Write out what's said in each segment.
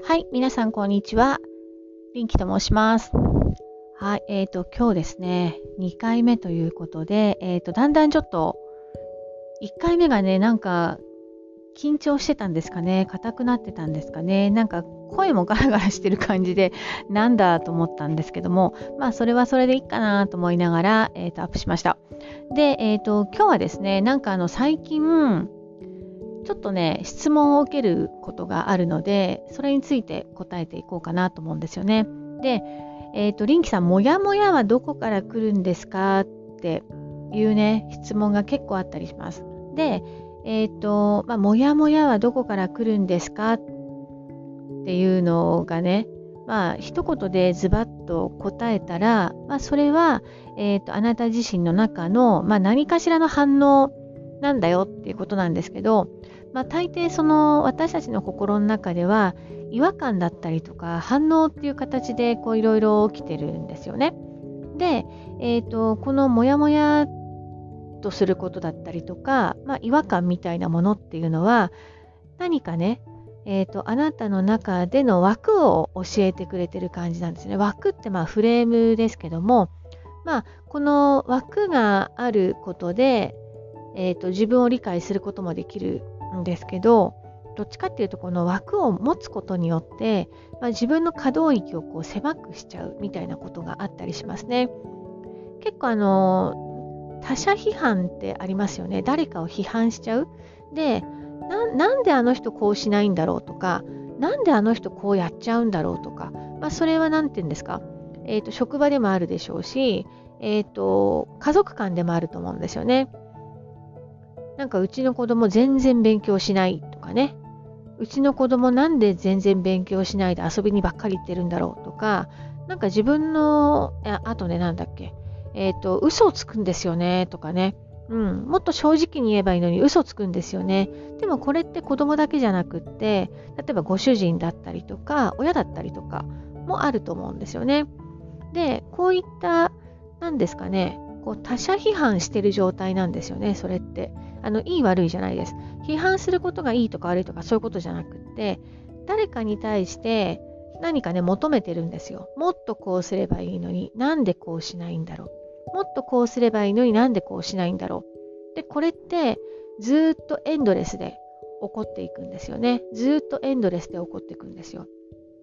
はい、皆さんこんにちは。リンキと申します。はい、今日ですね、2回目ということで、だんだんちょっと、1回目がね、なんか、緊張してたんですかね、硬くなってたんですかね、なんか声もガラガラしてる感じで、なんだと思ったんですけども、まあ、それはそれでいいかなと思いながら、アップしました。で、今日はですね、なんか最近、ちょっとね、質問を受けることがあるので、それについて答えていこうかなと思うんですよね。で、リンキさん、もやもやはどこから来るんですかっていうね、質問が結構あったりします。で、もやもやはどこから来るんですかっていうのがね、一言でズバッと答えたら、それは、あなた自身の中の、何かしらの反応なんだよっていうことなんですけど、大抵その私たちの心の中では違和感だったりとか反応っていう形でこういろいろ起きてるんですよね。で、このモヤモヤとすることだったりとか、違和感みたいなものっていうのは何かね、あなたの中での枠を教えてくれてる感じなんですね。枠ってフレームですけども、この枠があることで自分を理解することもできるんですけど、どっちかっていうとこの枠を持つことによって、自分の可動域をこう狭くしちゃうみたいなことがあったりしますね。結構他者批判ってありますよね。誰かを批判しちゃう。で、なんであの人こうしないんだろうとか、なんであの人こうやっちゃうんだろうとか、それは何て言うんですか、職場でもあるでしょうし、家族間でもあると思うんですよね。なんかうちの子供全然勉強しないとかね。うちの子供なんで全然勉強しないで遊びにばっかり行ってるんだろうとか、なんか自分の、あとね、なんだっけ、嘘をつくんですよねとかね。もっと正直に言えばいいのに嘘つくんですよね。でもこれって子供だけじゃなくって、例えばご主人だったりとか、親だったりとかもあると思うんですよね。で、こういった、なんですかね、こう他者批判してる状態なんですよね、それって。いい悪いじゃないです。批判することがいいとか悪いとかそういうことじゃなくって、誰かに対して何かね、求めてるんですよ。もっとこうすればいいのに、なんでこうしないんだろう。もっとこうすればいいのになんでこうしないんだろう。で、これってずーっとエンドレスで起こっていくんですよね。ずーっとエンドレスで起こっていくんですよ。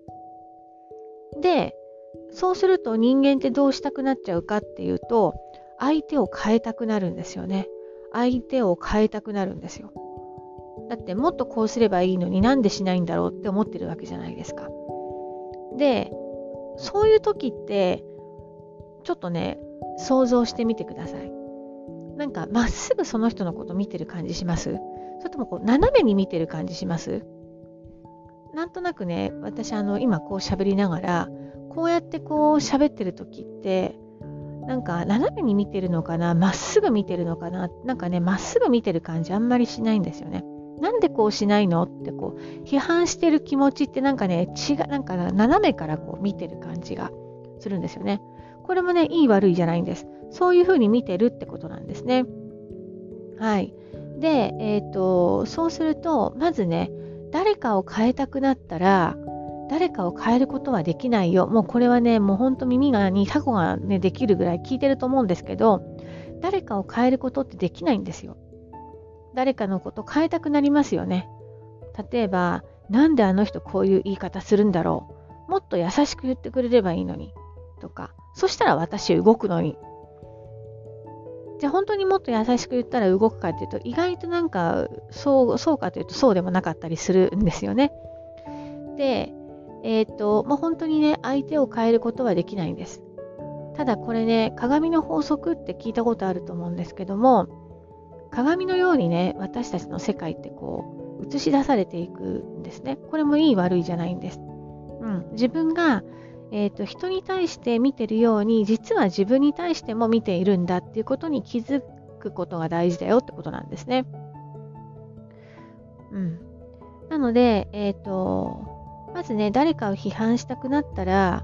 で、そうすると人間ってどうしたくなっちゃうかっていうと、相手を変えたくなるんですよね。相手を変えたくなるんですよ。だってもっとこうすればいいのになんでしないんだろうって思ってるわけじゃないですか。で、そういう時ってちょっとね、想像してみてください。なんかまっすぐその人のこと見てる感じします？それともこう斜めに見てる感じします？なんとなくね、私今こう喋りながら、こうやってこう喋ってる時って、なんか斜めに見てるのかな、まっすぐ見てるのかな、なんかね、まっすぐ見てる感じあんまりしないんですよね。なんでこうしないのってこう、批判してる気持ちってなんかね、なんか斜めからこう見てる感じがするんですよね。これもね、いい悪いじゃないんです。そういうふうに見てるってことなんですね。はい。で、そうすると、まずね、誰かを変えたくなったら、誰かを変えることはできないよ。もうこれはね、もうほんと耳にタコがね、できるぐらい聞いてると思うんですけど、誰かを変えることってできないんですよ。誰かのこと変えたくなりますよね。例えば、なんであの人こういう言い方するんだろう。もっと優しく言ってくれればいいのに。とか、そしたら私動くのに。じゃあ本当にもっと優しく言ったら動くかっていうと、意外となんか、そうかというとそうでもなかったりするんですよね。で、本当にね、相手を変えることはできないんです。ただこれね、鏡の法則って聞いたことあると思うんですけども、鏡のようにね、私たちの世界ってこう、映し出されていくんですね。これもいい悪いじゃないんです。自分が、人に対して見てるように、実は自分に対しても見ているんだっていうことに気づくことが大事だよってことなんですね。なので、まずね、誰かを批判したくなったら、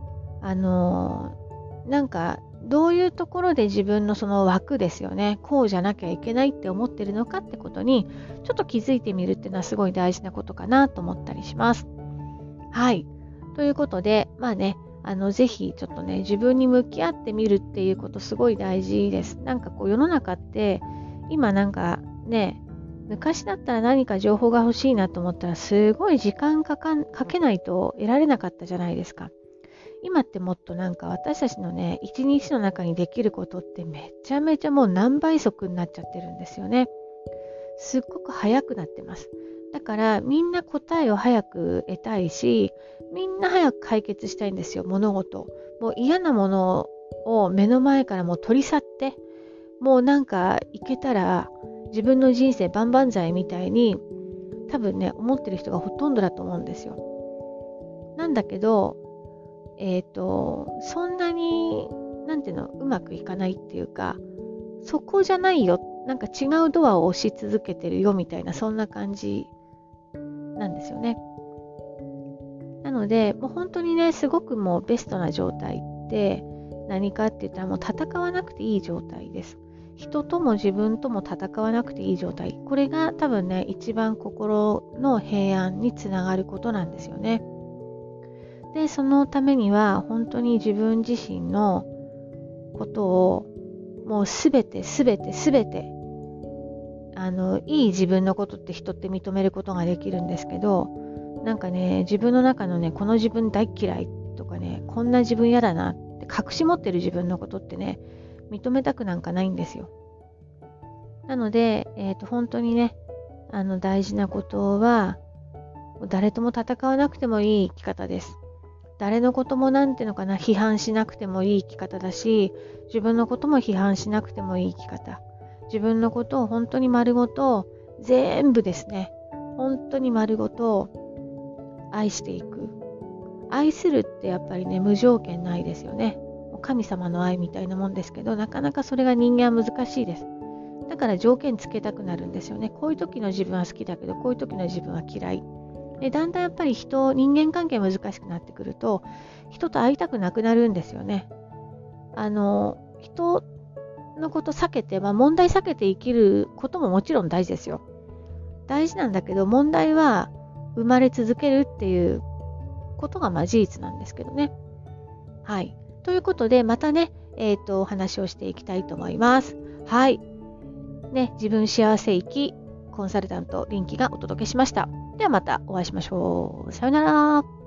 なんか、どういうところで自分のその枠ですよね、こうじゃなきゃいけないって思ってるのかってことに、ちょっと気づいてみるっていうのはすごい大事なことかなと思ったりします。 はい。ということで、まあね、ぜひちょっとね、自分に向き合ってみるっていうことすごい大事です。なんかこう世の中って、今なんかね、昔だったら何か情報が欲しいなと思ったら、すごい時間かけないと得られなかったじゃないですか。今ってもっとなんか私たちのね、一日の中にできることってめちゃめちゃもう何倍速になっちゃってるんですよね。すっごく早くなってます。だからみんな答えを早く得たいし、みんな早く解決したいんですよ、物事。もう嫌なものを目の前からもう取り去って、もうなんかいけたら自分の人生万々歳みたいに多分ね、思ってる人がほとんどだと思うんですよ。なんだけど、そんなに、なんていうの、うまくいかないっていうか、そこじゃないよ。なんか違うドアを押し続けてるよみたいな、そんな感じなんですよね。なので、もう本当にね、すごくもうベストな状態って何かって言ったらもう戦わなくていい状態です。人とも自分とも戦わなくていい状態。これが多分ね、一番心の平安につながることなんですよね。で、そのためには本当に自分自身のことをもうすべていい自分のことって人って認めることができるんですけど、なんかね、自分の中のね、この自分大嫌いとかね、こんな自分嫌だなって隠し持ってる自分のことってね、認めたくなんかないんですよ。なので、本当にね、大事なことは、誰とも戦わなくてもいい生き方です。誰のこともなんていうのかな、批判しなくてもいい生き方だし、自分のことも批判しなくてもいい生き方。自分のことを本当に丸ごと、全部ですね。本当に丸ごと愛していく。愛するってやっぱりね、無条件ないですよね。神様の愛みたいなもんですけど、なかなかそれが人間は難しいです。だから条件つけたくなるんですよね。こういう時の自分は好きだけど、こういう時の自分は嫌い。で、だんだんやっぱり人間関係難しくなってくると、人と会いたくなくなるんですよね。人のこと避けて、問題避けて生きることももちろん大事ですよ。大事なんだけど、問題は生まれ続けるっていうことが事実なんですけどね。はい。ということで、またね、お話をしていきたいと思います。はい。ね、自分幸せ生きコンサルタントリンキがお届けしました。ではまたお会いしましょう。さよなら。